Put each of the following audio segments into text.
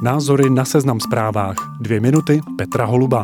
Názory na Seznam Zprávách. 2 minuty Petra Holuba.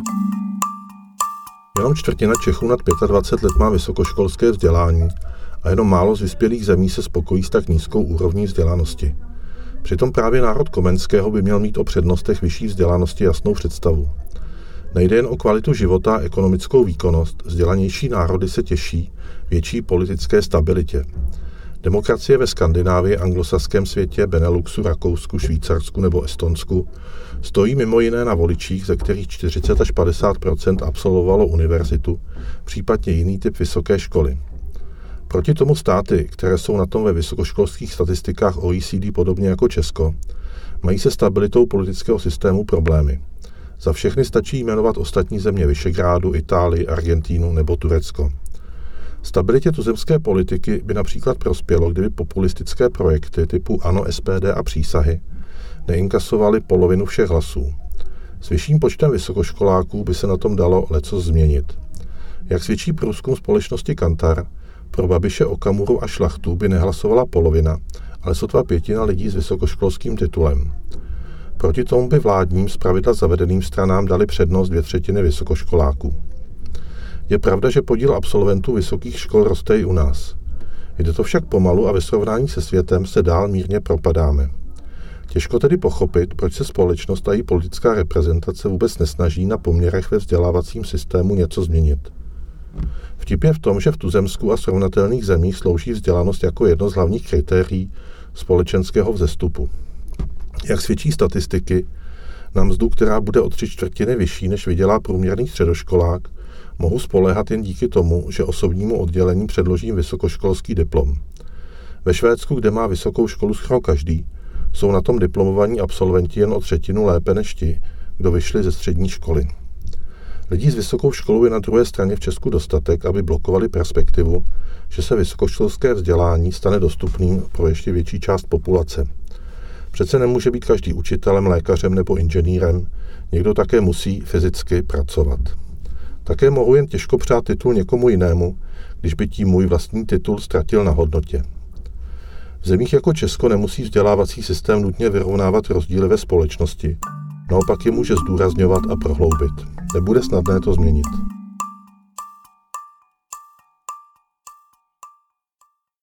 Jenom čtvrtina Čechů nad 25 let má vysokoškolské vzdělání a jenom málo z vyspělých zemí se spokojí s tak nízkou úrovní vzdělanosti. Přitom právě národ Komenského by měl mít o přednostech vyšší vzdělanosti jasnou představu. Nejde jen o kvalitu života a ekonomickou výkonnost, vzdělanější národy se těší větší politické stabilitě. Demokracie ve Skandinávii, anglosaském světě, Beneluxu, Rakousku, Švýcarsku nebo Estonsku stojí mimo jiné na voličích, ze kterých 40 až 50% absolvovalo univerzitu, případně jiný typ vysoké školy. Proti tomu státy, které jsou na tom ve vysokoškolských statistikách OECD podobně jako Česko, mají se stabilitou politického systému problémy. Za všechny stačí jmenovat ostatní země Visegrádu, Itálii, Argentínu nebo Turecko. Stabilitě tuzemské politiky by například prospělo, kdyby populistické projekty typu ANO, SPD a Přísahy neinkasovaly polovinu všech hlasů. S vyšším počtem vysokoškoláků by se na tom dalo lecos změnit. Jak svědčí průzkum společnosti Kantar, pro Babiše, Okamuru a Šlachtu by nehlasovala polovina, ale sotva pětina lidí s vysokoškolským titulem. Proti tomu by vládním zpravidla zavedeným stranám dali přednost 2/3 vysokoškoláků. Je pravda, že podíl absolventů vysokých škol roste i u nás. Jde to však pomalu a ve srovnání se světem se dál mírně propadáme. Těžko tedy pochopit, proč se společnost a její politická reprezentace vůbec nesnaží na poměrech ve vzdělávacím systému něco změnit. Vtip je v tom, že v tuzemsku a srovnatelných zemích slouží vzdělanost jako jedno z hlavních kritérií společenského vzestupu. Jak svědčí statistiky, na mzdu, která bude o 3/4 vyšší, než vydělá průměrný středoškolák, mohu spoléhat jen díky tomu, že osobnímu oddělení předložím vysokoškolský diplom. Ve Švédsku, kde má vysokou školu skoro každý, jsou na tom diplomovaní absolventi jen o 1/3 lépe než ti, kdo vyšli ze střední školy. Lidí s vysokou školou je na druhé straně v Česku dostatek, aby blokovali perspektivu, že se vysokoškolské vzdělání stane dostupným pro ještě větší část populace. Přece nemůže být každý učitelem, lékařem nebo inženýrem, někdo také musí fyzicky pracovat. Také mohu jen těžko přát titul někomu jinému, když by tím můj vlastní titul ztratil na hodnotě. V zemích jako Česko nemusí vzdělávací systém nutně vyrovnávat rozdíly ve společnosti, naopak je může zdůrazňovat a prohloubit. Nebude snadné to změnit.